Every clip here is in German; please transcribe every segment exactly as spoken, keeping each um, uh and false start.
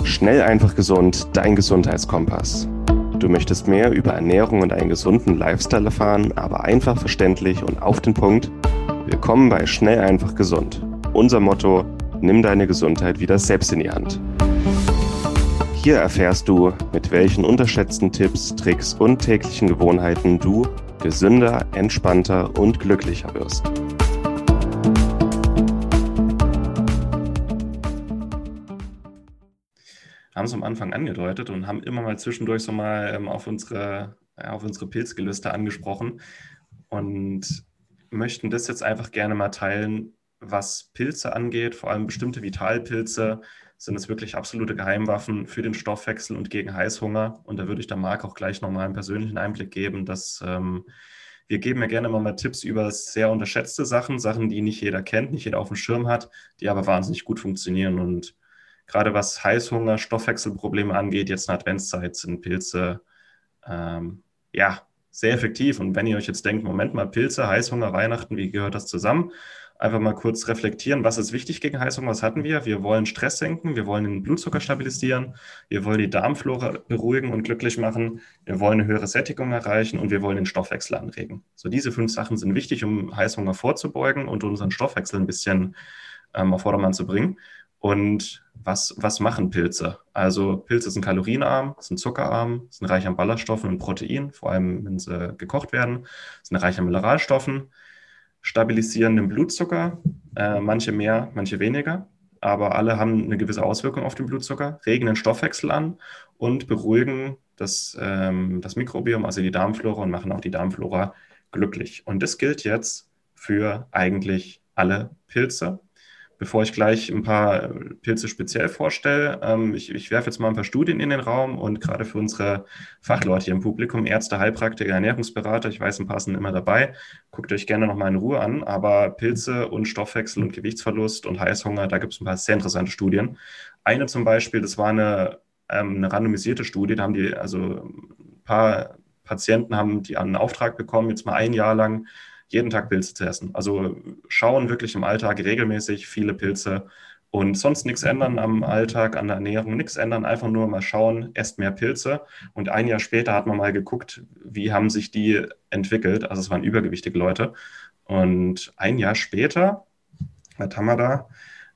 Schnell, einfach, gesund, dein Gesundheitskompass. Du möchtest mehr über Ernährung und einen gesunden Lifestyle erfahren, aber einfach verständlich und auf den Punkt? Willkommen bei Schnell, einfach, gesund. Unser Motto: Nimm deine Gesundheit wieder selbst in die Hand. Hier erfährst du, mit welchen unterschätzten Tipps, Tricks und täglichen Gewohnheiten du gesünder, entspannter und glücklicher wirst. Haben es am Anfang angedeutet und haben immer mal zwischendurch so mal ähm, auf unsere, ja, auf unsere Pilzgelüste angesprochen und möchten das jetzt einfach gerne mal teilen, was Pilze angeht. Vor allem bestimmte Vitalpilze sind es wirklich absolute Geheimwaffen für den Stoffwechsel und gegen Heißhunger. Und da würde ich der Marc auch gleich nochmal einen persönlichen Einblick geben, dass ähm, wir geben ja gerne immer mal Tipps über sehr unterschätzte Sachen, Sachen, die nicht jeder kennt, nicht jeder auf dem Schirm hat, die aber wahnsinnig gut funktionieren. Und gerade was Heißhunger, Stoffwechselprobleme angeht, jetzt in der Adventszeit sind Pilze ähm, ja sehr effektiv. Und wenn ihr euch jetzt denkt, Moment mal, Pilze, Heißhunger, Weihnachten, wie gehört das zusammen? Einfach mal kurz reflektieren, was ist wichtig gegen Heißhunger, was hatten wir? Wir wollen Stress senken, wir wollen den Blutzucker stabilisieren, wir wollen die Darmflora beruhigen und glücklich machen, wir wollen eine höhere Sättigung erreichen und wir wollen den Stoffwechsel anregen. So, diese fünf Sachen sind wichtig, um Heißhunger vorzubeugen und unseren Stoffwechsel ein bisschen ähm, auf Vordermann zu bringen. Und was, was machen Pilze? Also Pilze sind kalorienarm, sind zuckerarm, sind reich an Ballaststoffen und Protein, vor allem wenn sie gekocht werden, sind reich an Mineralstoffen, stabilisieren den Blutzucker, äh, manche mehr, manche weniger, aber alle haben eine gewisse Auswirkung auf den Blutzucker, regen den Stoffwechsel an und beruhigen das, ähm, das Mikrobiom, also die Darmflora, und machen auch die Darmflora glücklich. Und das gilt jetzt für eigentlich alle Pilze. Bevor ich gleich ein paar Pilze speziell vorstelle, ähm, ich, ich werfe jetzt mal ein paar Studien in den Raum und gerade für unsere Fachleute hier im Publikum, Ärzte, Heilpraktiker, Ernährungsberater, ich weiß, ein paar sind immer dabei, guckt euch gerne nochmal in Ruhe an, aber Pilze und Stoffwechsel und Gewichtsverlust und Heißhunger, da gibt es ein paar sehr interessante Studien. Eine zum Beispiel, das war eine, ähm, eine randomisierte Studie, da haben die, also ein paar Patienten haben die einen Auftrag bekommen, jetzt mal ein Jahr lang jeden Tag Pilze zu essen. Also schauen wirklich im Alltag regelmäßig viele Pilze und sonst nichts ändern am Alltag, an der Ernährung, nichts ändern, einfach nur mal schauen, esst mehr Pilze. Und ein Jahr später hat man mal geguckt, wie haben sich die entwickelt. Also es waren übergewichtige Leute. Und ein Jahr später, was haben wir da?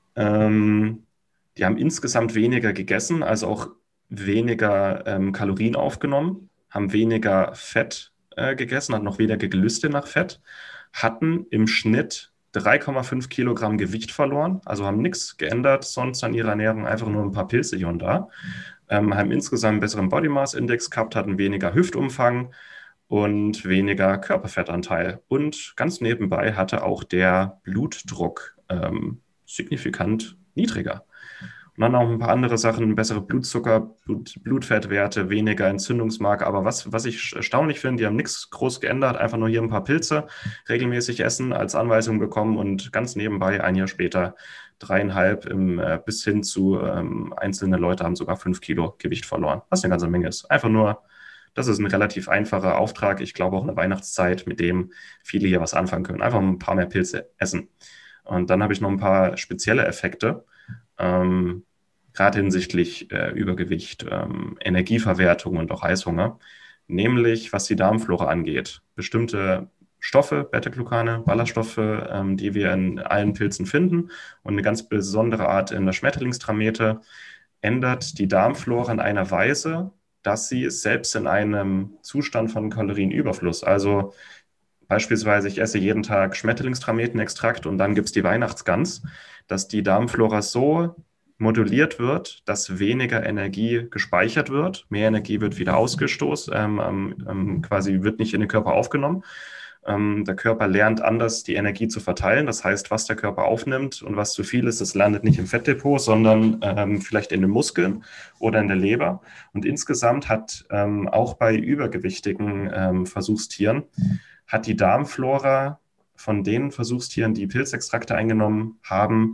Ähm, die haben insgesamt weniger gegessen, also auch weniger ähm, Kalorien aufgenommen, haben weniger Fett äh, gegessen, hatten noch weniger Gelüste nach Fett, hatten im Schnitt drei Komma fünf Kilogramm Gewicht verloren, also haben nichts geändert sonst an ihrer Ernährung, einfach nur ein paar Pilze hier und da, ähm, haben insgesamt einen besseren Body Mass Index gehabt, hatten weniger Hüftumfang und weniger Körperfettanteil. Und ganz nebenbei hatte auch der Blutdruck ähm, signifikant niedriger. Und dann auch ein paar andere Sachen, bessere Blutzucker, Blut, Blutfettwerte, weniger Entzündungsmarker. Aber was, was ich erstaunlich finde, die haben nichts groß geändert, einfach nur hier ein paar Pilze regelmäßig essen, als Anweisung bekommen und ganz nebenbei ein Jahr später dreieinhalb im, äh, bis hin zu ähm, einzelne Leute haben sogar fünf Kilo Gewicht verloren, was eine ganze Menge ist. Einfach nur, das ist ein relativ einfacher Auftrag. Ich glaube auch eine Weihnachtszeit, mit dem viele hier was anfangen können. Einfach ein paar mehr Pilze essen. Und dann habe ich noch ein paar spezielle Effekte. Ähm, gerade hinsichtlich äh, Übergewicht, ähm, Energieverwertung und auch Heißhunger, nämlich was die Darmflora angeht. Bestimmte Stoffe, Beta-Glucane, Ballaststoffe, ähm, die wir in allen Pilzen finden und eine ganz besondere Art in der Schmetterlingstramete, ändert die Darmflora in einer Weise, dass sie selbst in einem Zustand von Kalorienüberfluss, also beispielsweise, ich esse jeden Tag Schmetterlingstrametenextrakt und dann gibt es die Weihnachtsgans, dass die Darmflora so moduliert wird, dass weniger Energie gespeichert wird, mehr Energie wird wieder ausgestoßen, ähm, ähm, quasi wird nicht in den Körper aufgenommen. Ähm, der Körper lernt anders, die Energie zu verteilen. Das heißt, was der Körper aufnimmt und was zu viel ist, das landet nicht im Fettdepot, sondern ähm, vielleicht in den Muskeln oder in der Leber. Und insgesamt hat ähm, auch bei übergewichtigen ähm, Versuchstieren hat die Darmflora von den Versuchstieren, die Pilzextrakte eingenommen haben,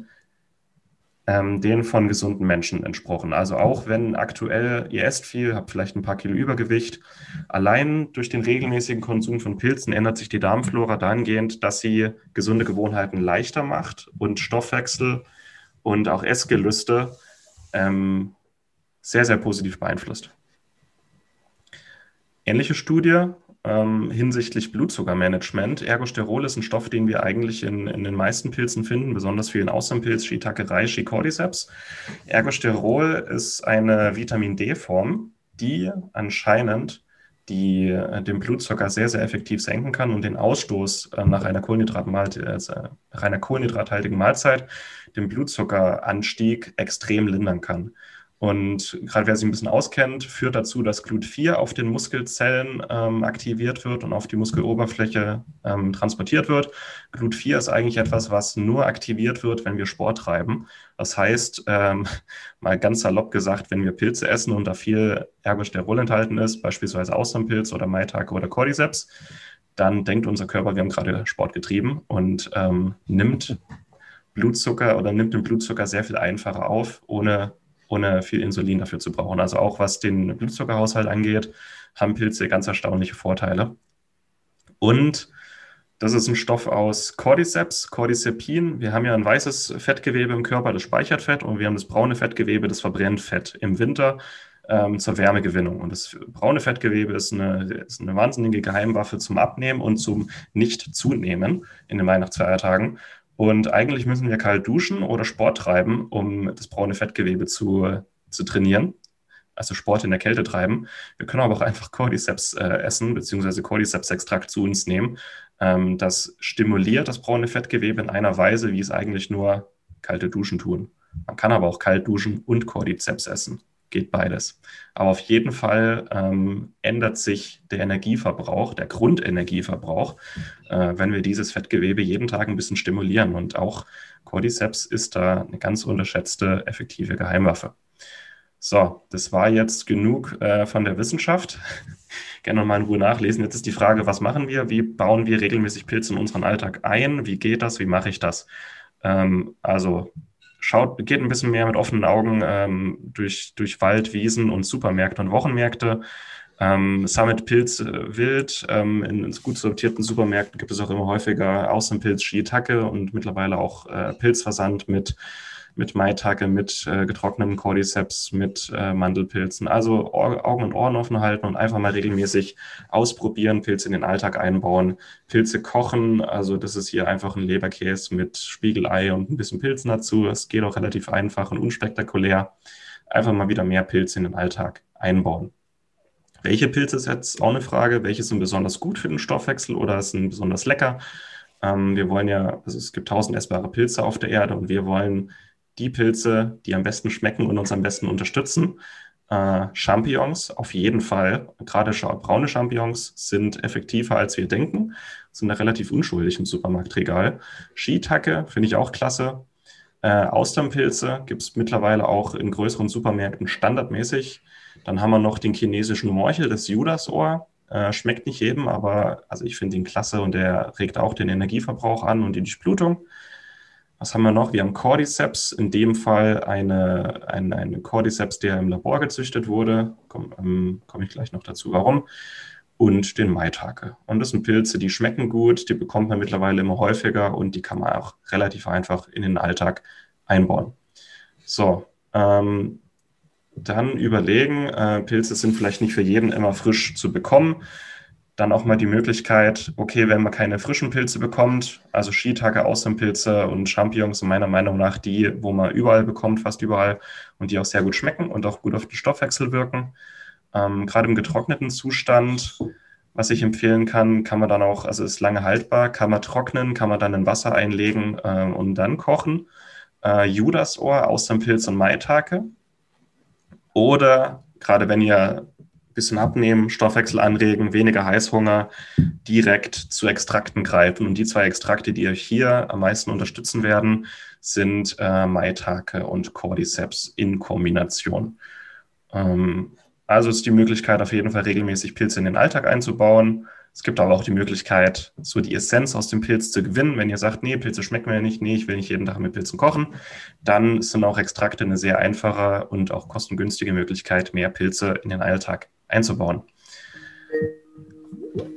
ähm, denen von gesunden Menschen entsprochen. Also auch wenn aktuell ihr esst viel, habt vielleicht ein paar Kilo Übergewicht, allein durch den regelmäßigen Konsum von Pilzen ändert sich die Darmflora dahingehend, dass sie gesunde Gewohnheiten leichter macht und Stoffwechsel und auch Essgelüste ähm, sehr, sehr positiv beeinflusst. Ähnliche Studie ähm, hinsichtlich Blutzuckermanagement. Ergosterol ist ein Stoff, den wir eigentlich in, in den meisten Pilzen finden, besonders viel in Austernpilz, Shiitake, Reishi, Cordyceps. Ergosterol ist eine Vitamin-D-Form, die anscheinend die äh, den Blutzucker sehr, sehr effektiv senken kann und den Ausstoß äh, nach einer, Kohlenhydratmahl- also nach einer kohlenhydrathaltigen Mahlzeit, den Blutzuckeranstieg extrem lindern kann. Und gerade wer sich ein bisschen auskennt, führt dazu, dass Glut vier auf den Muskelzellen ähm, aktiviert wird und auf die Muskeloberfläche ähm, transportiert wird. Glut vier ist eigentlich etwas, was nur aktiviert wird, wenn wir Sport treiben. Das heißt, ähm, mal ganz salopp gesagt, wenn wir Pilze essen und da viel Ergosterol enthalten ist, beispielsweise Austernpilz oder Maitake oder Cordyceps, dann denkt unser Körper, wir haben gerade Sport getrieben und ähm, nimmt Blutzucker oder nimmt den Blutzucker sehr viel einfacher auf, ohne ohne viel Insulin dafür zu brauchen. Also auch was den Blutzuckerhaushalt angeht, haben Pilze ganz erstaunliche Vorteile. Und das ist ein Stoff aus Cordyceps, Cordycepin. Wir haben ja ein weißes Fettgewebe im Körper, das speichert Fett, und wir haben das braune Fettgewebe, das verbrennt Fett im Winter ähm, zur Wärmegewinnung. Und das braune Fettgewebe ist eine, ist eine wahnsinnige Geheimwaffe zum Abnehmen und zum Nicht-Zunehmen in den Weihnachtsfeiertagen. Und eigentlich müssen wir kalt duschen oder Sport treiben, um das braune Fettgewebe zu, zu trainieren, also Sport in der Kälte treiben. Wir können aber auch einfach Cordyceps äh, essen, beziehungsweise Cordyceps-Extrakt zu uns nehmen. Ähm, das stimuliert das braune Fettgewebe in einer Weise, wie es eigentlich nur kalte Duschen tun. Man kann aber auch kalt duschen und Cordyceps essen. Geht beides. Aber auf jeden Fall ähm, ändert sich der Energieverbrauch, der Grundenergieverbrauch, äh, wenn wir dieses Fettgewebe jeden Tag ein bisschen stimulieren. Und auch Cordyceps ist da eine ganz unterschätzte, effektive Geheimwaffe. So, das war jetzt genug äh, von der Wissenschaft. Gerne nochmal in Ruhe nachlesen. Jetzt ist die Frage, was machen wir? Wie bauen wir regelmäßig Pilze in unseren Alltag ein? Wie geht das? Wie mache ich das? Ähm, also Schaut, geht ein bisschen mehr mit offenen Augen ähm, durch, durch Wald, Wiesen und Supermärkte und Wochenmärkte. Ähm, Summit Pilz äh, Wild. Ähm, in, in gut sortierten Supermärkten gibt es auch immer häufiger Austernpilz, Shiitake und mittlerweile auch äh, Pilzversand mit, mit Maitake, mit äh, getrocknetem Cordyceps, mit äh, Mandelpilzen. Also Ohr, Augen und Ohren offen halten und einfach mal regelmäßig ausprobieren, Pilze in den Alltag einbauen, Pilze kochen. Also das ist hier einfach ein Leberkäse mit Spiegelei und ein bisschen Pilzen dazu. Es geht auch relativ einfach und unspektakulär. Einfach mal wieder mehr Pilze in den Alltag einbauen. Welche Pilze ist jetzt auch eine Frage. Welche sind besonders gut für den Stoffwechsel oder sind besonders lecker? Ähm, wir wollen ja, also es gibt tausend essbare Pilze auf der Erde und wir wollen die Pilze, die am besten schmecken und uns am besten unterstützen. Äh, Champignons auf jeden Fall. Gerade braune Champignons sind effektiver, als wir denken. Sind da relativ unschuldig im Supermarktregal. Shiitake finde ich auch klasse. Äh, Austernpilze gibt es mittlerweile auch in größeren Supermärkten standardmäßig. Dann haben wir noch den chinesischen Morchel, das Judasohr. Äh, schmeckt nicht jedem, aber also ich finde ihn klasse und der regt auch den Energieverbrauch an und die Durchblutung. Was haben wir noch? Wir haben Cordyceps, in dem Fall eine, eine, eine Cordyceps, der im Labor gezüchtet wurde. Komme ähm, komm ich gleich noch dazu, warum. Und den Maitake. Und das sind Pilze, die schmecken gut, die bekommt man mittlerweile immer häufiger und die kann man auch relativ einfach in den Alltag einbauen. So, ähm, dann überlegen, äh, Pilze sind vielleicht nicht für jeden immer frisch zu bekommen. Dann auch mal die Möglichkeit, okay, wenn man keine frischen Pilze bekommt, also Shiitake, Austernpilze und Champignons sind meiner Meinung nach die, wo man überall bekommt, fast überall, und die auch sehr gut schmecken und auch gut auf den Stoffwechsel wirken. Ähm, gerade im getrockneten Zustand, was ich empfehlen kann, kann man dann auch, also ist lange haltbar, kann man trocknen, kann man dann in Wasser einlegen äh, und dann kochen. Äh, Judasohr, Austernpilz und Maitake. Oder gerade wenn ihr ein bisschen abnehmen, Stoffwechsel anregen, weniger Heißhunger, direkt zu Extrakten greifen. Und die zwei Extrakte, die euch hier am meisten unterstützen werden, sind äh, Maitake und Cordyceps in Kombination. Ähm, also ist die Möglichkeit, auf jeden Fall regelmäßig Pilze in den Alltag einzubauen. Es gibt aber auch die Möglichkeit, so die Essenz aus dem Pilz zu gewinnen. Wenn ihr sagt, nee, Pilze schmecken mir ja nicht, nee, ich will nicht jeden Tag mit Pilzen kochen, dann sind auch Extrakte eine sehr einfache und auch kostengünstige Möglichkeit, mehr Pilze in den Alltag einzubauen.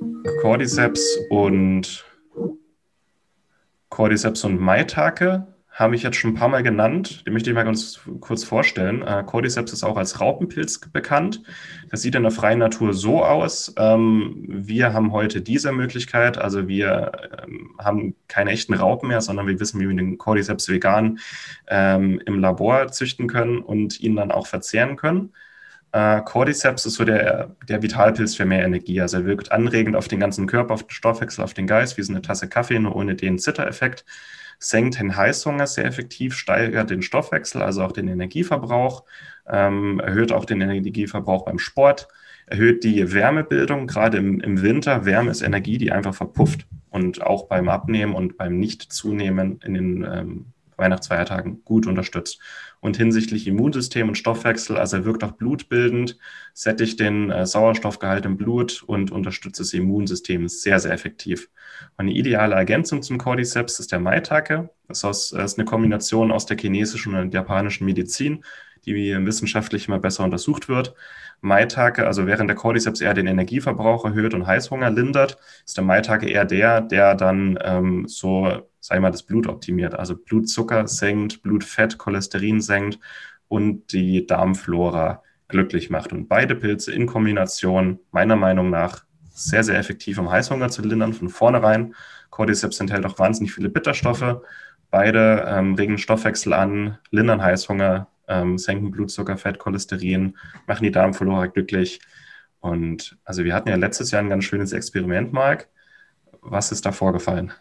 Cordyceps und Cordyceps und Maitake habe ich jetzt schon ein paar Mal genannt. Den möchte ich mal ganz kurz vorstellen. Äh, Cordyceps ist auch als Raupenpilz bekannt. Das sieht in der freien Natur so aus. Ähm, wir haben heute diese Möglichkeit. Also wir ähm, haben keine echten Raupen mehr, sondern wir wissen, wie wir den Cordyceps vegan ähm, im Labor züchten können und ihn dann auch verzehren können. Äh, Cordyceps ist so der, der Vitalpilz für mehr Energie. Also er wirkt anregend auf den ganzen Körper, auf den Stoffwechsel, auf den Geist, wie so eine Tasse Kaffee, nur ohne den Zittereffekt. Senkt den Heißhunger sehr effektiv, steigert den Stoffwechsel, also auch den Energieverbrauch, ähm, erhöht auch den Energieverbrauch beim Sport, erhöht die Wärmebildung, gerade im, im Winter. Wärme ist Energie, die einfach verpufft und auch beim Abnehmen und beim Nicht-Zunehmen in den ähm, Weihnachtsfeiertagen gut unterstützt. Und hinsichtlich Immunsystem und Stoffwechsel, also er wirkt auch blutbildend, sättigt den äh, Sauerstoffgehalt im Blut und unterstützt das Immunsystem sehr, sehr effektiv. Und eine ideale Ergänzung zum Cordyceps ist der Maitake. Das ist, ist eine Kombination aus der chinesischen und der japanischen Medizin, die wissenschaftlich immer besser untersucht wird. Maitake, also während der Cordyceps eher den Energieverbrauch erhöht und Heißhunger lindert, ist der Maitake eher der, der dann ähm, so, sag ich mal, das Blut optimiert, also Blutzucker senkt, Blutfett, Cholesterin senkt und die Darmflora glücklich macht. Und beide Pilze in Kombination, meiner Meinung nach, sehr, sehr effektiv, um Heißhunger zu lindern von vornherein. Cordyceps enthält auch wahnsinnig viele Bitterstoffe. Beide ähm, regen Stoffwechsel an, lindern Heißhunger, ähm, senken Blutzucker, Fett, Cholesterin, machen die Darmflora glücklich. Und also wir hatten ja letztes Jahr ein ganz schönes Experiment, Marc. Was ist da vorgefallen?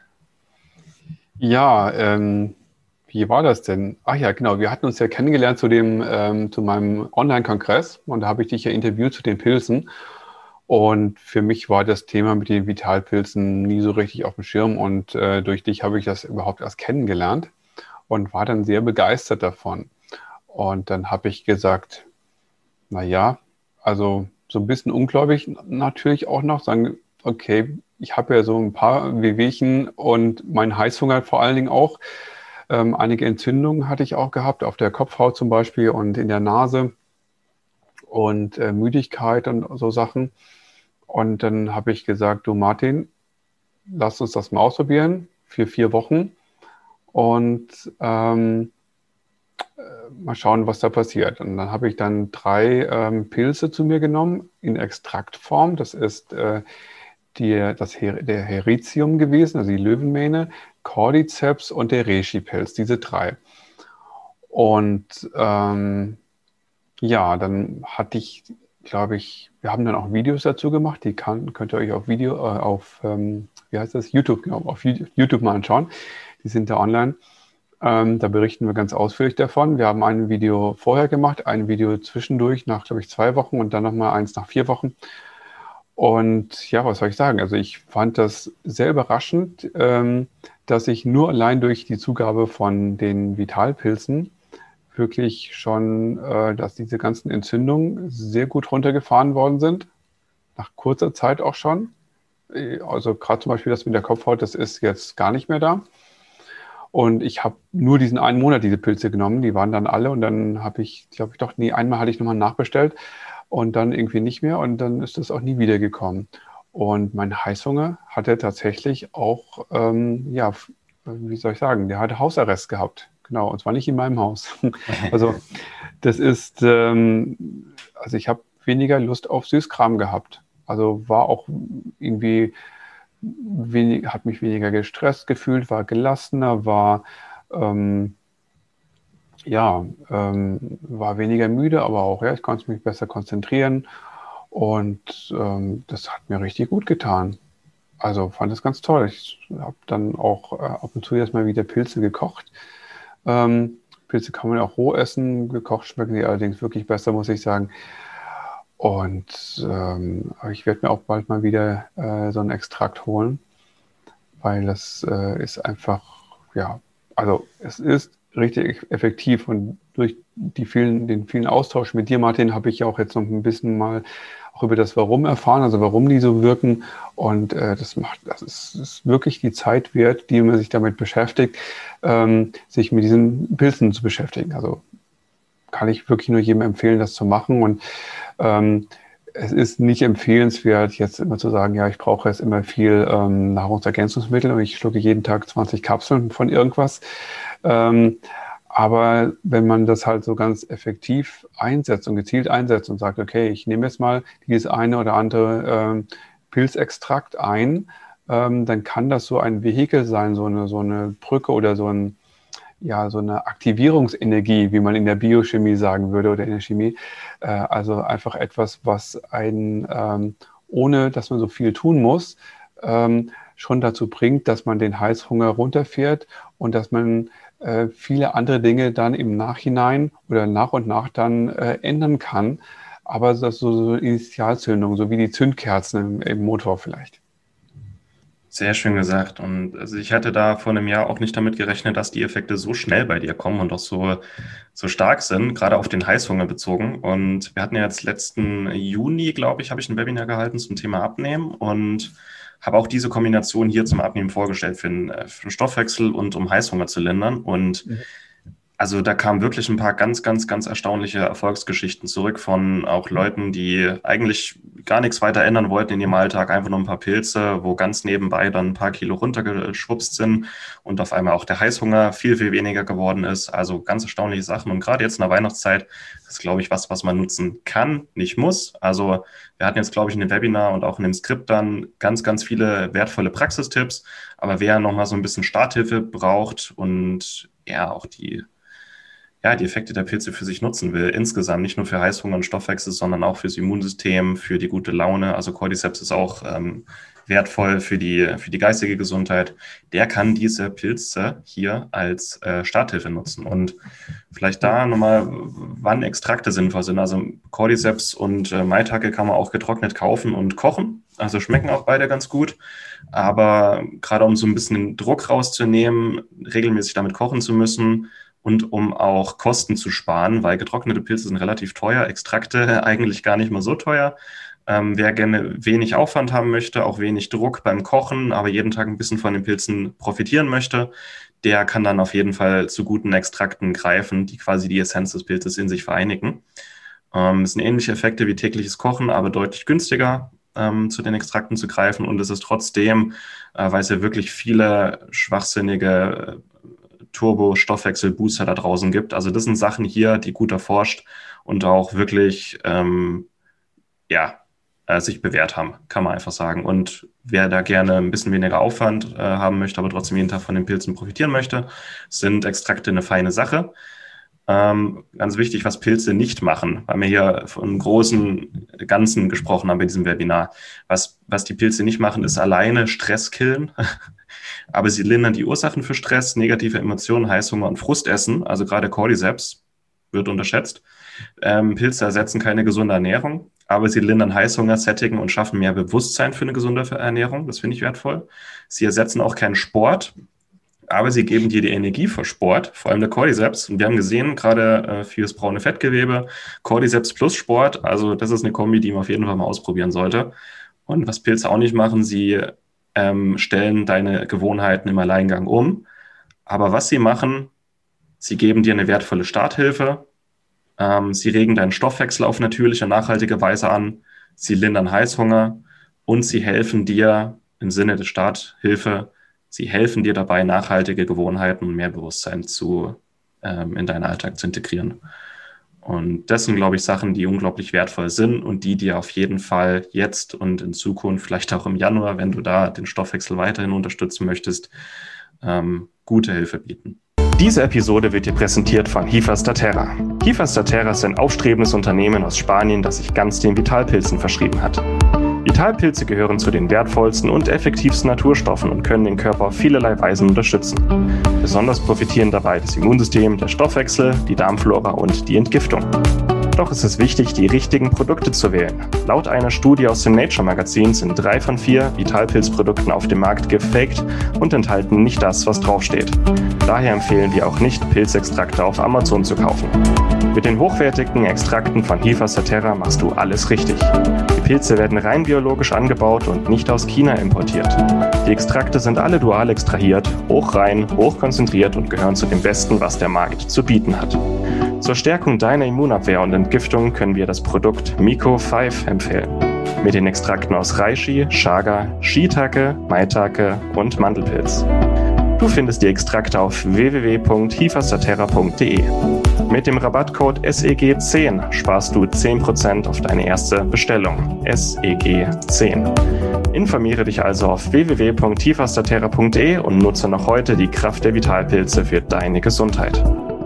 Ja, ähm, wie war das denn? Ach ja, genau, wir hatten uns ja kennengelernt zu dem, ähm, zu meinem Online-Kongress und da habe ich dich ja interviewt zu den Pilzen. Und für mich war das Thema mit den Vitalpilzen nie so richtig auf dem Schirm und äh, durch dich habe ich das überhaupt erst kennengelernt und war dann sehr begeistert davon. Und dann habe ich gesagt, na ja, also so ein bisschen ungläubig natürlich auch noch, sagen, okay, ich habe ja so ein paar Wehwehchen und mein Heißhunger vor allen Dingen auch. Ähm, einige Entzündungen hatte ich auch gehabt, auf der Kopfhaut zum Beispiel und in der Nase und äh, Müdigkeit und so Sachen. Und dann habe ich gesagt, du Martin, lass uns das mal ausprobieren für vier Wochen und ähm, mal schauen, was da passiert. Und dann habe ich dann drei ähm, Pilze zu mir genommen in Extraktform. Das ist äh, die, das Her der Heritium gewesen, also die Löwenmähne, Cordyceps und der Reishi-Pilz, diese drei. Und ähm, ja, dann hatte ich, glaube ich, wir haben dann auch Videos dazu gemacht, die kann, könnt ihr euch auf Video, äh, auf, ähm, wie heißt das, YouTube, genau, auf YouTube mal anschauen. Die sind da online. Ähm, da berichten wir ganz ausführlich davon. Wir haben ein Video vorher gemacht, ein Video zwischendurch nach, glaube ich, zwei Wochen und dann nochmal eins nach vier Wochen. Und ja, was soll ich sagen? Also ich fand das sehr überraschend, ähm, dass ich nur allein durch die Zugabe von den Vitalpilzen wirklich schon, äh, dass diese ganzen Entzündungen sehr gut runtergefahren worden sind. Nach kurzer Zeit auch schon. Also gerade zum Beispiel das mit der Kopfhaut, das ist jetzt gar nicht mehr da. Und ich habe nur diesen einen Monat diese Pilze genommen, die waren dann alle und dann habe ich, glaube ich doch, nee, einmal hatte ich nochmal nachbestellt und dann irgendwie nicht mehr und dann ist das auch nie wieder gekommen. Und mein Heißhunger hatte tatsächlich auch, ähm, ja, wie soll ich sagen, der hatte Hausarrest gehabt. Genau, und zwar nicht in meinem Haus. Also das ist, ähm, also ich habe weniger Lust auf Süßkram gehabt. Also war auch irgendwie, wenig, habe mich weniger gestresst gefühlt, war gelassener, war, ähm, ja, ähm, war weniger müde, aber auch, ja, ich konnte mich besser konzentrieren und ähm, das hat mir richtig gut getan. Also fand das ganz toll. Ich habe dann auch äh, ab und zu jetzt mal wieder Pilze gekocht. Ähm, Pilze kann man auch roh essen, gekocht schmecken die allerdings wirklich besser, muss ich sagen. Und ähm, ich werde mir auch bald mal wieder äh, so einen Extrakt holen, weil das äh, ist einfach, ja, also es ist richtig effektiv und durch die vielen, den vielen Austausch mit dir, Martin, habe ich ja auch jetzt noch ein bisschen mal auch über das Warum erfahren, also warum die so wirken und äh, das macht, das ist, ist wirklich die Zeit wert, die man sich damit beschäftigt, ähm, sich mit diesen Pilzen zu beschäftigen. Also kann ich wirklich nur jedem empfehlen, das zu machen und ähm, es ist nicht empfehlenswert, jetzt immer zu sagen, ja, ich brauche jetzt immer viel ähm, Nahrungsergänzungsmittel und ich schlucke jeden Tag zwanzig Kapseln von irgendwas. Ähm, aber wenn man das halt so ganz effektiv einsetzt und gezielt einsetzt und sagt, okay, ich nehme jetzt mal dieses eine oder andere ähm, Pilzextrakt ein, ähm, dann kann das so ein Vehikel sein, so eine, so eine Brücke oder so ein ja, so eine Aktivierungsenergie, wie man in der Biochemie sagen würde oder in der Chemie. Äh, also einfach etwas, was einen, ähm, ohne dass man so viel tun muss, ähm, schon dazu bringt, dass man den Heißhunger runterfährt und dass man äh, viele andere Dinge dann im Nachhinein oder nach und nach dann äh, ändern kann. Aber das ist so, so eine Initialzündung, so wie die Zündkerzen im, im Motor vielleicht. Sehr schön gesagt. Und also ich hatte da vor einem Jahr auch nicht damit gerechnet, dass die Effekte so schnell bei dir kommen und auch so, so stark sind, gerade auf den Heißhunger bezogen. Und wir hatten ja jetzt letzten Juni, glaube ich, habe ich ein Webinar gehalten zum Thema Abnehmen und habe auch diese Kombination hier zum Abnehmen vorgestellt für den, für den Stoffwechsel und um Heißhunger zu lindern. Und mhm. Also da kamen wirklich ein paar ganz, ganz, ganz erstaunliche Erfolgsgeschichten zurück von auch Leuten, die eigentlich gar nichts weiter ändern wollten in ihrem Alltag, einfach nur ein paar Pilze, wo ganz nebenbei dann ein paar Kilo runtergeschwupst sind und auf einmal auch der Heißhunger viel, viel weniger geworden ist. Also ganz erstaunliche Sachen. Und gerade jetzt in der Weihnachtszeit ist, glaube ich, was, was man nutzen kann, nicht muss. Also wir hatten jetzt, glaube ich, in dem Webinar und auch in dem Skript dann ganz, ganz viele wertvolle Praxistipps. Aber wer nochmal so ein bisschen Starthilfe braucht und ja auch die ja, die Effekte der Pilze für sich nutzen will, insgesamt nicht nur für Heißhunger und Stoffwechsel, sondern auch fürs Immunsystem, für die gute Laune. Also Cordyceps ist auch ähm, wertvoll für die, für die geistige Gesundheit. Der kann diese Pilze hier als äh, Starthilfe nutzen. Und vielleicht da nochmal, wann Extrakte sinnvoll sind. Also Cordyceps und äh, Maitake kann man auch getrocknet kaufen und kochen. Also schmecken auch beide ganz gut. Aber gerade um so ein bisschen den Druck rauszunehmen, regelmäßig damit kochen zu müssen, und um auch Kosten zu sparen, weil getrocknete Pilze sind relativ teuer, Extrakte eigentlich gar nicht mal so teuer. Ähm, wer gerne wenig Aufwand haben möchte, auch wenig Druck beim Kochen, aber jeden Tag ein bisschen von den Pilzen profitieren möchte, der kann dann auf jeden Fall zu guten Extrakten greifen, die quasi die Essenz des Pilzes in sich vereinigen. Ähm, es sind ähnliche Effekte wie tägliches Kochen, aber deutlich günstiger ähm, zu den Extrakten zu greifen. Und es ist trotzdem, äh, weil es ja wirklich viele schwachsinnige Turbo-Stoffwechsel-Booster da draußen gibt. Also das sind Sachen hier, die gut erforscht und auch wirklich ähm, ja, äh, sich bewährt haben, kann man einfach sagen. Und wer da gerne ein bisschen weniger Aufwand äh, haben möchte, aber trotzdem jeden Tag von den Pilzen profitieren möchte, sind Extrakte eine feine Sache. Ähm, ganz wichtig, was Pilze nicht machen, weil wir hier von großen Ganzen gesprochen haben bei diesem Webinar. Was, was die Pilze nicht machen, ist alleine Stress killen. Aber sie lindern die Ursachen für Stress, negative Emotionen, Heißhunger und Frustessen. Also gerade Cordyceps wird unterschätzt. Ähm, Pilze ersetzen keine gesunde Ernährung, aber sie lindern Heißhunger, sättigen und schaffen mehr Bewusstsein für eine gesunde Ernährung. Das finde ich wertvoll. Sie ersetzen auch keinen Sport, aber sie geben dir die Energie für Sport, vor allem der Cordyceps. Und wir haben gesehen, gerade äh, für das braune Fettgewebe, Cordyceps plus Sport. Also das ist eine Kombi, die man auf jeden Fall mal ausprobieren sollte. Und was Pilze auch nicht machen, sie Ähm, stellen deine Gewohnheiten im Alleingang um. Aber was sie machen, sie geben dir eine wertvolle Starthilfe, ähm, sie regen deinen Stoffwechsel auf natürliche, nachhaltige Weise an, sie lindern Heißhunger und sie helfen dir im Sinne der Starthilfe, sie helfen dir dabei, nachhaltige Gewohnheiten und mehr Bewusstsein zu, ähm, in deinen Alltag zu integrieren. Und das sind, glaube ich, Sachen, die unglaublich wertvoll sind und die dir auf jeden Fall jetzt und in Zukunft, vielleicht auch im Januar, wenn du da den Stoffwechsel weiterhin unterstützen möchtest, ähm, gute Hilfe bieten. Diese Episode wird dir präsentiert von Hifastaterra. Hifastaterra ist ein aufstrebendes Unternehmen aus Spanien, das sich ganz den Vitalpilzen verschrieben hat. Vitalpilze gehören zu den wertvollsten und effektivsten Naturstoffen und können den Körper auf vielerlei Weisen unterstützen. Besonders profitieren dabei das Immunsystem, der Stoffwechsel, die Darmflora und die Entgiftung. Doch ist es wichtig, die richtigen Produkte zu wählen. Laut einer Studie aus dem Nature-Magazin sind drei von vier Vitalpilz-Produkten auf dem Markt gefaked und enthalten nicht das, was draufsteht. Daher empfehlen wir auch nicht, Pilzextrakte auf Amazon zu kaufen. Mit den hochwertigen Extrakten von Hifastaterra machst du alles richtig. Die Pilze werden rein biologisch angebaut und nicht aus China importiert. Die Extrakte sind alle dual extrahiert, hochrein, hochkonzentriert und gehören zu dem Besten, was der Markt zu bieten hat. Zur Stärkung deiner Immunabwehr und Entgiftung können wir das Produkt Miko fünf empfehlen. Mit den Extrakten aus Reishi, Chaga, Shiitake, Maitake und Mandelpilz. Du findest die Extrakte auf w w w punkt hifasterterra punkt de. Mit dem Rabattcode S E G zehn sparst du zehn Prozent auf deine erste Bestellung. S E G zehn. Informiere dich also auf w w w punkt hifasterterra punkt de und nutze noch heute die Kraft der Vitalpilze für deine Gesundheit.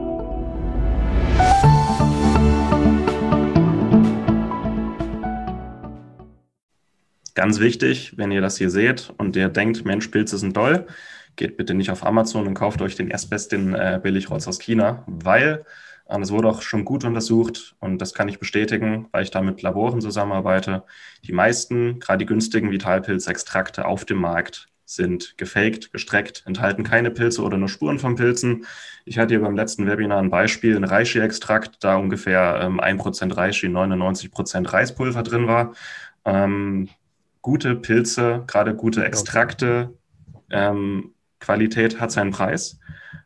Ganz wichtig, wenn ihr das hier seht und ihr denkt, Mensch, Pilze sind toll, geht bitte nicht auf Amazon und kauft euch den erstbesten äh, Billigrotz aus China, weil äh, das wurde auch schon gut untersucht und das kann ich bestätigen, weil ich da mit Laboren zusammenarbeite. Die meisten, gerade die günstigen Vitalpilzextrakte auf dem Markt sind gefaked, gestreckt, enthalten keine Pilze oder nur Spuren von Pilzen. Ich hatte hier beim letzten Webinar ein Beispiel, ein Reishi-Extrakt, da ungefähr ähm, ein Prozent Reishi, neunundneunzig Prozent Reispulver drin war. Ähm, gute Pilze, gerade gute Extrakte, ähm, Qualität hat seinen Preis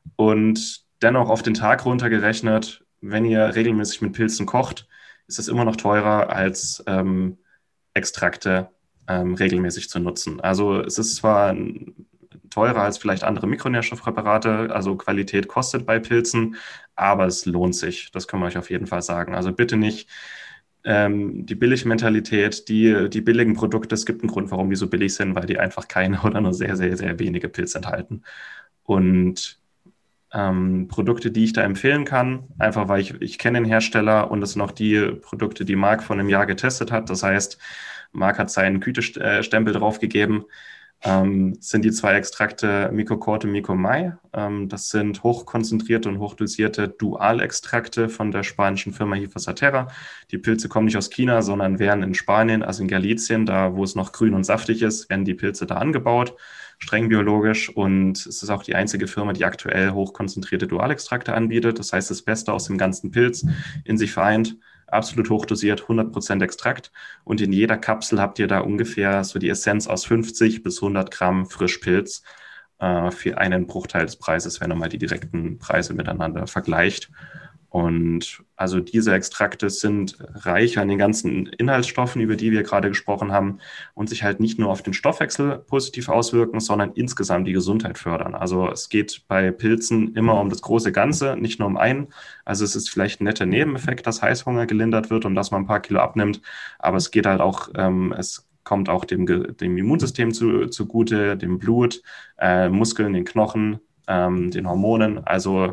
und dennoch auf den Tag runtergerechnet, wenn ihr regelmäßig mit Pilzen kocht, ist es immer noch teurer als ähm, Extrakte ähm, regelmäßig zu nutzen. Also es ist zwar teurer als vielleicht andere Mikronährstoffpräparate, also Qualität kostet bei Pilzen, aber es lohnt sich, das können wir euch auf jeden Fall sagen. Also bitte nicht ähm, die Billigmentalität, die, die billigen Produkte, es gibt einen Grund, warum die so billig sind, weil die einfach keine oder nur sehr, sehr, sehr wenige Pilze enthalten. Und ähm, Produkte, die ich da empfehlen kann, einfach weil ich, ich kenne den Hersteller und das sind auch die Produkte, die Marc vor einem Jahr getestet hat. Das heißt, Marc hat seinen Gütestempel draufgegeben. Ähm, sind die zwei Extrakte Mycocorte und Mycomai. Ähm, das sind hochkonzentrierte und hochdosierte Dualextrakte von der spanischen Firma Hifasterterra. Die Pilze kommen nicht aus China, sondern werden in Spanien, also in Galicien, da wo es noch grün und saftig ist, werden die Pilze da angebaut, streng biologisch. Und es ist auch die einzige Firma, die aktuell hochkonzentrierte Dualextrakte anbietet. Das heißt, das Beste aus dem ganzen Pilz in sich vereint. Absolut hochdosiert, hundert Prozent Extrakt und in jeder Kapsel habt ihr da ungefähr so die Essenz aus fünfzig bis hundert Gramm Frischpilz äh, für einen Bruchteil des Preises, wenn ihr mal die direkten Preise miteinander vergleicht. Und also diese Extrakte sind reich an den ganzen Inhaltsstoffen, über die wir gerade gesprochen haben und sich halt nicht nur auf den Stoffwechsel positiv auswirken, sondern insgesamt die Gesundheit fördern. Also es geht bei Pilzen immer um das große Ganze, nicht nur um einen. Also es ist vielleicht ein netter Nebeneffekt, dass Heißhunger gelindert wird und dass man ein paar Kilo abnimmt, aber es geht halt auch, ähm, es kommt auch dem, dem Immunsystem zu, zugute, dem Blut, äh, Muskeln, den Knochen, ähm, den Hormonen. Also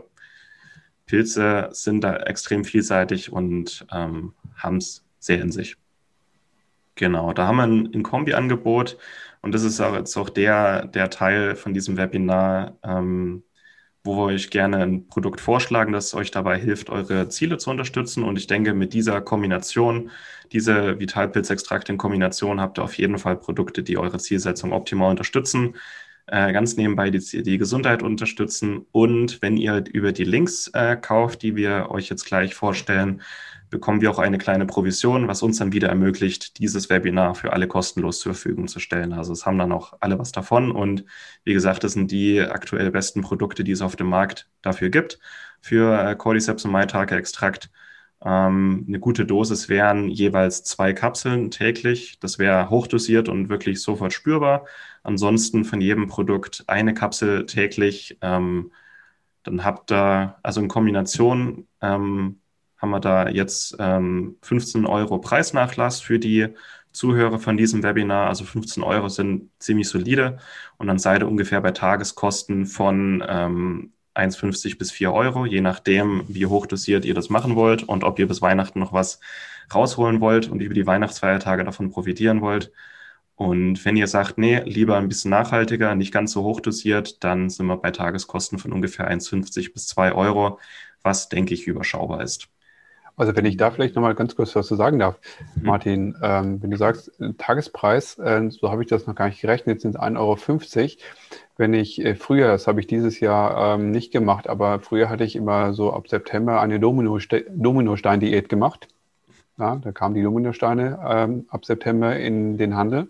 Pilze sind da extrem vielseitig und ähm, haben es sehr in sich. Genau, da haben wir ein, ein Kombi-Angebot und das ist auch jetzt auch der, der Teil von diesem Webinar, ähm, wo wir euch gerne ein Produkt vorschlagen, das euch dabei hilft, eure Ziele zu unterstützen. Und ich denke, mit dieser Kombination, diese Vitalpilzextrakte in Kombination, habt ihr auf jeden Fall Produkte, die eure Zielsetzung optimal unterstützen. Äh, ganz nebenbei die, die Gesundheit unterstützen. Und wenn ihr über die Links äh, kauft, die wir euch jetzt gleich vorstellen, bekommen wir auch eine kleine Provision, was uns dann wieder ermöglicht, dieses Webinar für alle kostenlos zur Verfügung zu stellen. Also es haben dann auch alle was davon. Und wie gesagt, das sind die aktuell besten Produkte, die es auf dem Markt dafür gibt, für äh, Cordyceps und Maitake-Extrakt. Ähm, eine gute Dosis wären jeweils zwei Kapseln täglich. Das wäre hochdosiert und wirklich sofort spürbar. Ansonsten von jedem Produkt eine Kapsel täglich. Ähm, dann habt ihr, also in Kombination, ähm, haben wir da jetzt ähm, fünfzehn Euro Preisnachlass für die Zuhörer von diesem Webinar. Also fünfzehn Euro sind ziemlich solide. Und dann seid ihr ungefähr bei Tageskosten von ähm, eins fünfzig bis vier Euro, je nachdem, wie hochdosiert ihr das machen wollt und ob ihr bis Weihnachten noch was rausholen wollt und über die Weihnachtsfeiertage davon profitieren wollt. Und wenn ihr sagt, nee, lieber ein bisschen nachhaltiger, nicht ganz so hochdosiert, dann sind wir bei Tageskosten von ungefähr eins fünfzig bis zwei Euro, was, denke ich, überschaubar ist. Also wenn ich da vielleicht nochmal ganz kurz was zu sagen darf, mhm. Martin, ähm, wenn du sagst, Tagespreis, äh, so habe ich das noch gar nicht gerechnet, sind es ein Euro fünfzig. Wenn ich äh, früher, das habe ich dieses Jahr ähm, nicht gemacht, aber früher hatte ich immer so ab September eine Dominoste- Dominostein-Diät gemacht. Ja, da kamen die Dominosteine ähm, ab September in den Handel.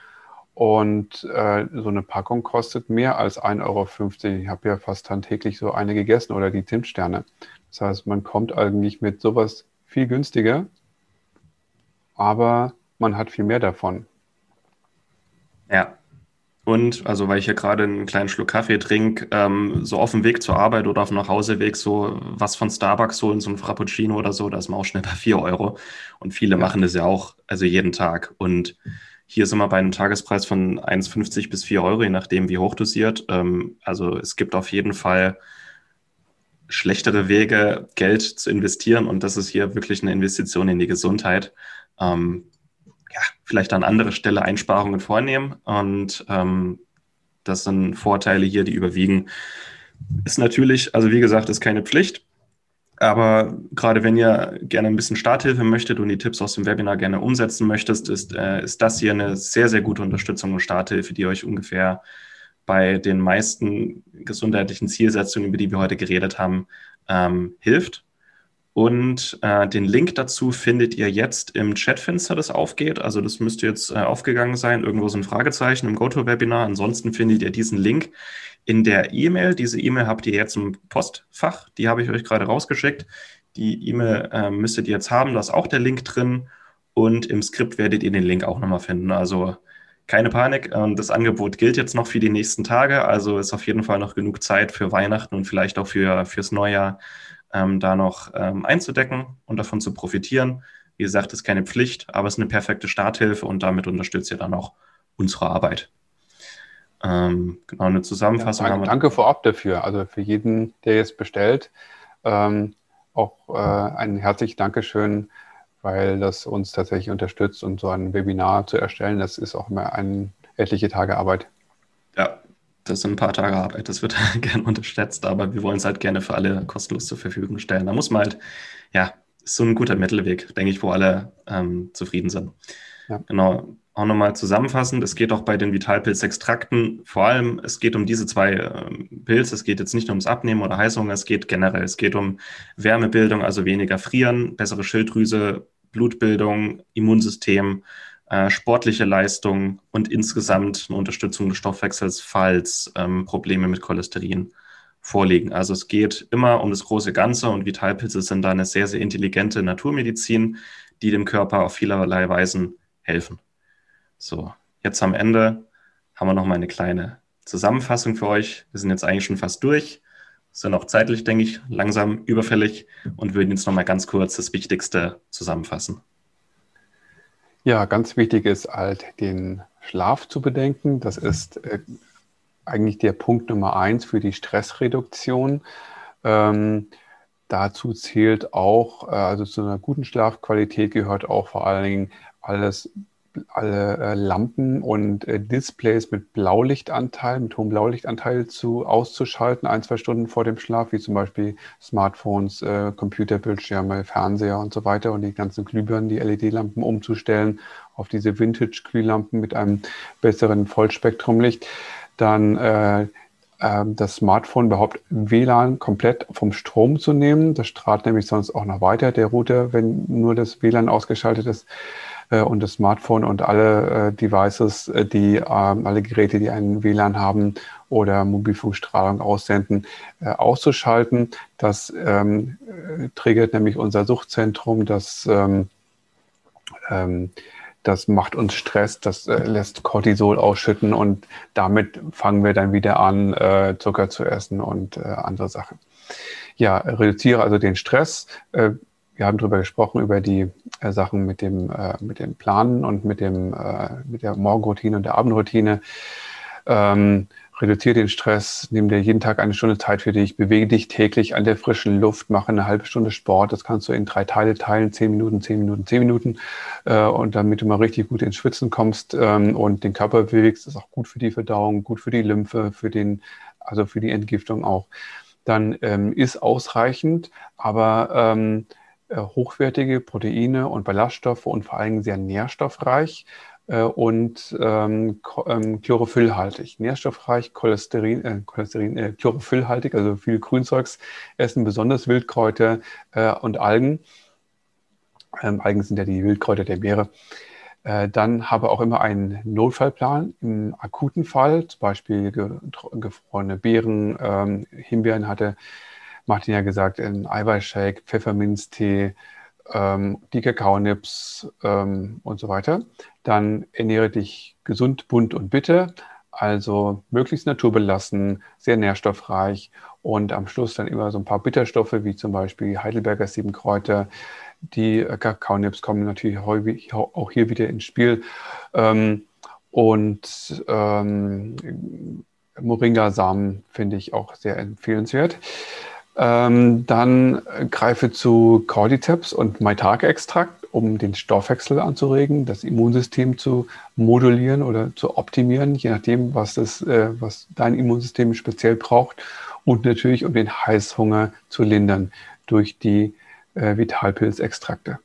Und äh, so eine Packung kostet mehr als ein Euro fünfzig. Ich habe ja fast dann täglich so eine gegessen oder die Zimtsterne. Das heißt, man kommt eigentlich mit sowas viel günstiger, aber man hat viel mehr davon. Ja, Und, also weil ich hier gerade einen kleinen Schluck Kaffee trinke, ähm, so auf dem Weg zur Arbeit oder auf dem Nachhauseweg, so was von Starbucks holen, so ein Frappuccino oder so, da ist man auch schnell bei vier Euro. Und viele Ja. machen das ja auch, also jeden Tag. Und hier sind wir bei einem Tagespreis von eins fünfzig bis vier Euro, je nachdem wie hochdosiert. Ähm, also es gibt auf jeden Fall schlechtere Wege, Geld zu investieren. Und das ist hier wirklich eine Investition in die Gesundheit. Ähm, ja, vielleicht an anderer Stelle Einsparungen vornehmen. Und ähm, das sind Vorteile hier, die überwiegen. Ist natürlich, also wie gesagt, ist keine Pflicht. Aber gerade wenn ihr gerne ein bisschen Starthilfe möchtet und die Tipps aus dem Webinar gerne umsetzen möchtest, ist, äh, ist das hier eine sehr, sehr gute Unterstützung und Starthilfe, die euch ungefähr bei den meisten gesundheitlichen Zielsetzungen, über die wir heute geredet haben, ähm, hilft. Und äh, den Link dazu findet ihr jetzt im Chatfenster, das aufgeht. Also das müsste jetzt äh, aufgegangen sein. Irgendwo so ein Fragezeichen im GoToWebinar. Ansonsten findet ihr diesen Link in der E-Mail. Diese E-Mail habt ihr jetzt im Postfach. Die habe ich euch gerade rausgeschickt. Die E-Mail äh, müsstet ihr jetzt haben. Da ist auch der Link drin. Und im Skript werdet ihr den Link auch nochmal finden. Also keine Panik. Ähm, das Angebot gilt jetzt noch für die nächsten Tage. Also ist auf jeden Fall noch genug Zeit für Weihnachten und vielleicht auch für, fürs Neujahr, ähm, da noch ähm, einzudecken und davon zu profitieren. Wie gesagt, ist keine Pflicht, aber es ist eine perfekte Starthilfe und damit unterstützt ihr dann auch unsere Arbeit. Ähm, genau, eine Zusammenfassung Ja, haben danke, wir. danke vorab dafür. Also für jeden, der jetzt bestellt, ähm, auch äh, ein herzliches Dankeschön, weil das uns tatsächlich unterstützt und so ein Webinar zu erstellen, das ist auch immer eine etliche Tage Arbeit. Ja, das sind ein paar Tage Arbeit, das wird gerne unterschätzt, aber wir wollen es halt gerne für alle kostenlos zur Verfügung stellen. Da muss man halt, ja, ist so ein guter Mittelweg, denke ich, wo alle ähm, zufrieden sind. Ja. Genau, auch nochmal zusammenfassend, es geht auch bei den Vitalpilz-Extrakten, vor allem, es geht um diese zwei ähm, Pilze, es geht jetzt nicht nur ums Abnehmen oder Heißhunger, es geht generell, es geht um Wärmebildung, also weniger frieren, bessere Schilddrüse, Blutbildung, Immunsystem, äh, sportliche Leistung und insgesamt eine Unterstützung des Stoffwechsels, falls ähm, Probleme mit Cholesterin vorliegen. Also es geht immer um das große Ganze und Vitalpilze sind da eine sehr, sehr intelligente Naturmedizin, die dem Körper auf vielerlei Weisen helfen. So, jetzt am Ende haben wir noch mal eine kleine Zusammenfassung für euch. Wir sind jetzt eigentlich schon fast durch, sind auch zeitlich, denke ich, langsam überfällig und würden jetzt noch mal ganz kurz das Wichtigste zusammenfassen. Ja, ganz wichtig ist halt, den Schlaf zu bedenken. Das ist äh, eigentlich der Punkt Nummer eins für die Stressreduktion. Ähm, dazu zählt auch, äh, also zu einer guten Schlafqualität gehört auch vor allen Dingen alles, alle äh, Lampen und äh, Displays mit Blaulichtanteil, mit hohem Blaulichtanteil zu, auszuschalten, ein, zwei Stunden vor dem Schlaf, wie zum Beispiel Smartphones, äh, Computerbildschirme, Fernseher und so weiter und die ganzen Glühbirnen, die L E D-Lampen umzustellen auf diese Vintage-Glühlampen mit einem besseren Vollspektrumlicht. Dann äh, das Smartphone überhaupt W L A N komplett vom Strom zu nehmen. Das strahlt nämlich sonst auch noch weiter, der Router, wenn nur das W L A N ausgeschaltet ist. Und das Smartphone und alle äh, Devices, die äh, alle Geräte, die einen W L A N haben oder Mobilfunkstrahlung aussenden, äh, auszuschalten. Das ähm, triggert nämlich unser Suchtzentrum, das ähm, ähm, Das macht uns Stress, das äh, lässt Cortisol ausschütten und damit fangen wir dann wieder an, äh, Zucker zu essen und äh, andere Sachen. Ja, reduziere also den Stress. Äh, wir haben darüber gesprochen, über die äh, Sachen mit dem, äh, mit dem Planen und mit, dem, äh, mit der Morgenroutine und der Abendroutine. Ähm, reduziere den Stress, nimm dir jeden Tag eine Stunde Zeit für dich, bewege dich täglich an der frischen Luft, mache eine halbe Stunde Sport, das kannst du in drei Teile teilen, zehn Minuten, zehn Minuten, zehn Minuten äh, und damit du mal richtig gut ins Schwitzen kommst ähm, und den Körper bewegst, ist auch gut für die Verdauung, gut für die Lymphe, für den, also für die Entgiftung auch. Dann ähm, ist ausreichend, aber ähm, hochwertige Proteine und Ballaststoffe und vor allem sehr nährstoffreich und ähm, chlorophyllhaltig. Nährstoffreich, Cholesterin, äh, Cholesterin äh, chlorophyllhaltig, also viel Grünzeugs essen, besonders Wildkräuter äh, und Algen. Ähm, Algen sind ja die Wildkräuter der Meere. Äh, dann habe auch immer einen Notfallplan im akuten Fall, zum Beispiel ge gefrorene Beeren, ähm, Himbeeren hatte Martin ja gesagt, ein Eiweißshake, Pfefferminztee, ähm, die Kakaonips ähm, und so weiter. Dann ernähre dich gesund, bunt und bitter. Also möglichst naturbelassen, sehr nährstoffreich und am Schluss dann immer so ein paar Bitterstoffe, wie zum Beispiel Heidelberger Siebenkräuter. Die äh, Kakaonips kommen natürlich häufig auch hier wieder ins Spiel. Ähm, und ähm, Moringa-Samen finde ich auch sehr empfehlenswert. Ähm, dann greife zu Cordyceps und Maitake-Extrakt, um den Stoffwechsel anzuregen, das Immunsystem zu modulieren oder zu optimieren, je nachdem, was, das, äh, was dein Immunsystem speziell braucht. Und natürlich, um den Heißhunger zu lindern durch die äh, Vitalpilzextrakte.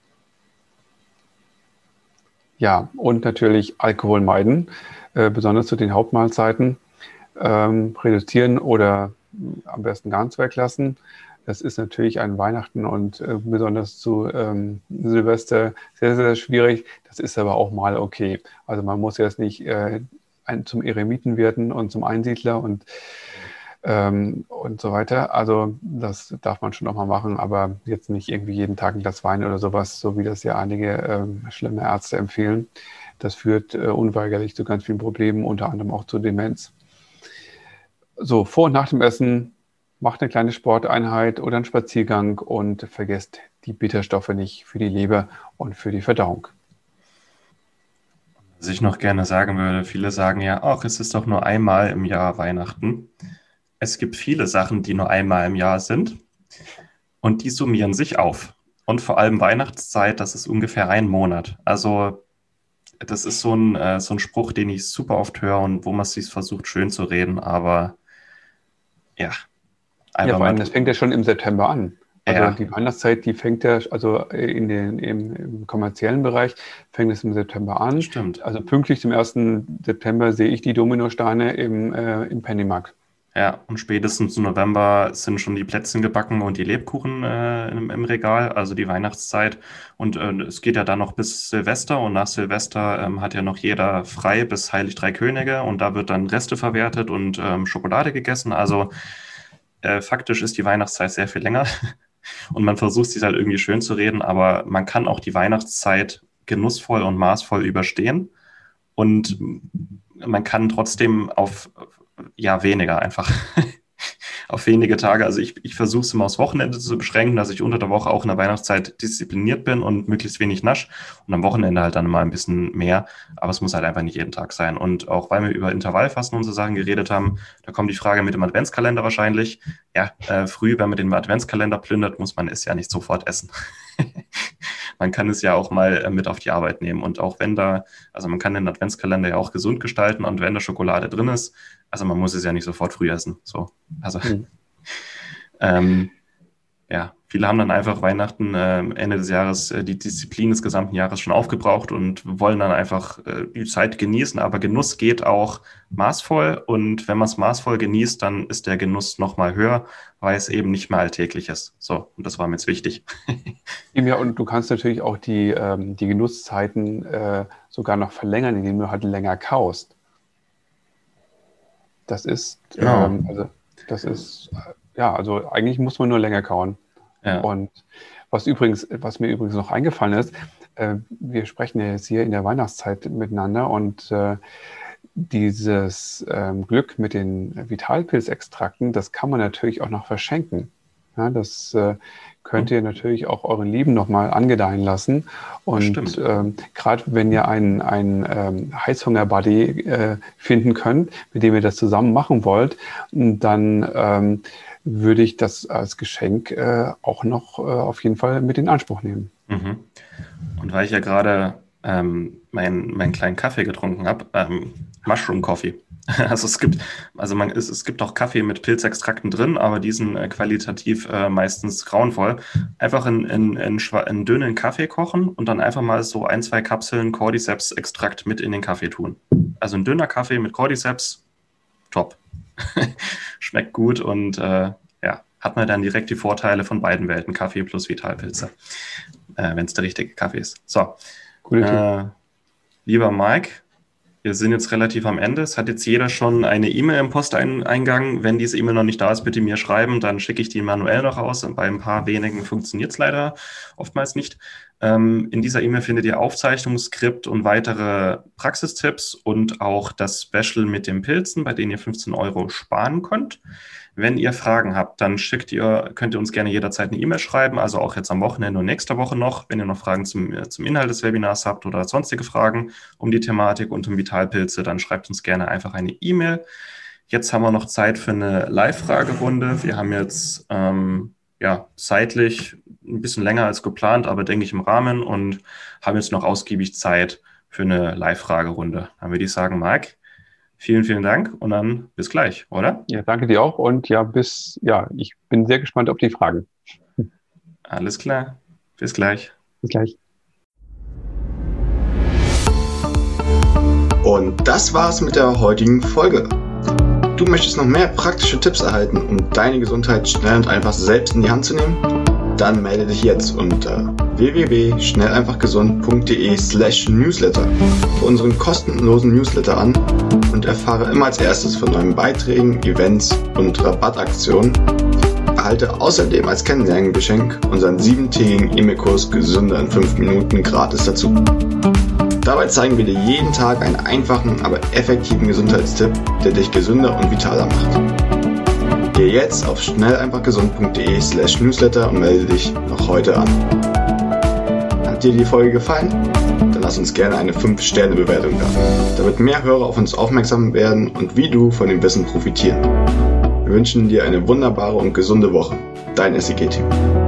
Ja, und natürlich Alkohol meiden, äh, besonders zu den Hauptmahlzeiten. Ähm, reduzieren oder am besten ganz weglassen. Das ist natürlich an Weihnachten und äh, besonders zu ähm, Silvester sehr, sehr schwierig. Das ist aber auch mal okay. Also man muss jetzt nicht äh, ein, zum Eremiten werden und zum Einsiedler und, ähm, und so weiter. Also das darf man schon auch mal machen, aber jetzt nicht irgendwie jeden Tag ein Glas Wein oder sowas, so wie das ja einige ähm, schlimme Ärzte empfehlen. Das führt äh, unweigerlich zu ganz vielen Problemen, unter anderem auch zu Demenz. So, vor und nach dem Essen macht eine kleine Sporteinheit oder einen Spaziergang und vergesst die Bitterstoffe nicht für die Leber und für die Verdauung. Was ich noch gerne sagen würde, viele sagen ja, ach, es ist doch nur einmal im Jahr Weihnachten. Es gibt viele Sachen, die nur einmal im Jahr sind und die summieren sich auf. Und vor allem Weihnachtszeit, das ist ungefähr ein Monat. Also das ist so ein, äh, so ein Spruch, den ich super oft höre und wo man sich versucht, schön zu reden, aber ja, ja, vor allem, das fängt ja schon im September an. Also ja. Die Weihnachtszeit, die fängt ja, also in den, im, im kommerziellen Bereich fängt es im September an. Stimmt. Also pünktlich zum ersten September sehe ich die Dominosteine im, äh, im Pennymarkt. Ja, und spätestens im November sind schon die Plätzchen gebacken und die Lebkuchen äh, im, im Regal, also die Weihnachtszeit. Und äh, es geht ja dann noch bis Silvester und nach Silvester ähm, hat ja noch jeder frei bis Heilig Drei Könige und da wird dann Reste verwertet und ähm, Schokolade gegessen. Also äh, faktisch ist die Weihnachtszeit sehr viel länger und man versucht sich halt irgendwie schön zu reden, aber man kann auch die Weihnachtszeit genussvoll und maßvoll überstehen und man kann trotzdem auf ja, weniger einfach. Auf wenige Tage. Also ich, ich versuche es immer aufs Wochenende zu beschränken, dass ich unter der Woche auch in der Weihnachtszeit diszipliniert bin und möglichst wenig nasch und am Wochenende halt dann mal ein bisschen mehr. Aber es muss halt einfach nicht jeden Tag sein. Und auch weil wir über Intervallfasten und so Sachen geredet haben, da kommt die Frage mit dem Adventskalender wahrscheinlich. Ja, äh, früh, wenn man den Adventskalender plündert, muss man es ja nicht sofort essen. Man kann es ja auch mal mit auf die Arbeit nehmen. Und auch wenn da, also man kann den Adventskalender ja auch gesund gestalten und wenn da Schokolade drin ist, also man muss es ja nicht sofort früh essen. So, also mhm. ähm, ja, viele haben dann einfach Weihnachten äh, Ende des Jahres äh, die Disziplin des gesamten Jahres schon aufgebraucht und wollen dann einfach äh, die Zeit genießen. Aber Genuss geht auch maßvoll und wenn man es maßvoll genießt, dann ist der Genuss noch mal höher, weil es eben nicht mehr alltäglich ist. So, und das war mir jetzt wichtig. Ja, und du kannst natürlich auch die, ähm, die Genusszeiten äh, sogar noch verlängern, indem du halt länger kaust. Das ist, genau. ähm, also das ist, äh, ja, also eigentlich muss man nur länger kauen. Ja. Und was übrigens, was mir übrigens noch eingefallen ist, äh, wir sprechen ja jetzt hier in der Weihnachtszeit miteinander und äh, dieses ähm, Glück mit den Vitalpilzextrakten, das kann man natürlich auch noch verschenken. Ja, das äh, könnt ihr natürlich auch euren Lieben nochmal angedeihen lassen. Und ähm, gerade wenn ihr einen, einen ähm, Heißhunger-Buddy äh, finden könnt, mit dem ihr das zusammen machen wollt, dann ähm, würde ich das als Geschenk äh, auch noch äh, auf jeden Fall mit in Anspruch nehmen. Mhm. Und weil ich ja gerade ähm, meinen, meinen kleinen Kaffee getrunken habe, ähm, Mushroom Coffee. Also es gibt, also man, es, es gibt auch Kaffee mit Pilzextrakten drin, aber die sind äh, qualitativ äh, meistens grauenvoll. Einfach in, in, in, in dünnen Kaffee kochen und dann einfach mal so ein, zwei Kapseln Cordyceps-Extrakt mit in den Kaffee tun. Also ein dünner Kaffee mit Cordyceps, top. Schmeckt gut und äh, ja, hat man dann direkt die Vorteile von beiden Welten, Kaffee plus Vitalpilze, äh, wenn es der richtige Kaffee ist. So, äh, lieber Mike, wir sind jetzt relativ am Ende. Es hat jetzt jeder schon eine E-Mail im Posteingang. Wenn diese E-Mail noch nicht da ist, bitte mir schreiben, dann schicke ich die manuell noch raus. Und bei ein paar wenigen funktioniert es leider oftmals nicht. Ähm, in dieser E-Mail findet ihr Aufzeichnungsskript und weitere Praxistipps und auch das Special mit den Pilzen, bei denen ihr fünfzehn Euro sparen könnt. Wenn ihr Fragen habt, dann schickt ihr, könnt ihr uns gerne jederzeit eine E-Mail schreiben, also auch jetzt am Wochenende und nächste Woche noch, wenn ihr noch Fragen zum, zum Inhalt des Webinars habt oder sonstige Fragen um die Thematik und um Vitalpilze, dann schreibt uns gerne einfach eine E-Mail. Jetzt haben wir noch Zeit für eine Live-Fragerunde. Wir haben jetzt ähm, ja, zeitlich ein bisschen länger als geplant, aber denke ich im Rahmen und haben jetzt noch ausgiebig Zeit für eine Live-Fragerunde. Dann würde ich sagen, Marc, vielen, vielen Dank und dann bis gleich, oder? Ja, danke dir auch und ja, bis, ja, ich bin sehr gespannt auf die Fragen. Alles klar. Bis gleich. Bis gleich. Und das war's mit der heutigen Folge. Du möchtest noch mehr praktische Tipps erhalten, um deine Gesundheit schnell und einfach selbst in die Hand zu nehmen? Dann melde dich jetzt unter w w w punkt schnell einfach gesund punkt d e slash newsletter für unseren kostenlosen Newsletter an und erfahre immer als erstes von neuen Beiträgen, Events und Rabattaktionen. Erhalte außerdem als Kennenlerngeschenk unseren siebentägigen E-Mail-Kurs Gesünder in fünf Minuten gratis dazu. Dabei zeigen wir dir jeden Tag einen einfachen, aber effektiven Gesundheitstipp, der dich gesünder und vitaler macht. Geh jetzt auf schnell einfach gesund punkt d e slash newsletter und melde dich noch heute an. Hat dir die Folge gefallen? Dann lass uns gerne eine fünf Sterne Bewertung da, damit mehr Hörer auf uns aufmerksam werden und wie du von dem Wissen profitieren. Wir wünschen dir eine wunderbare und gesunde Woche. Dein S E G-Team.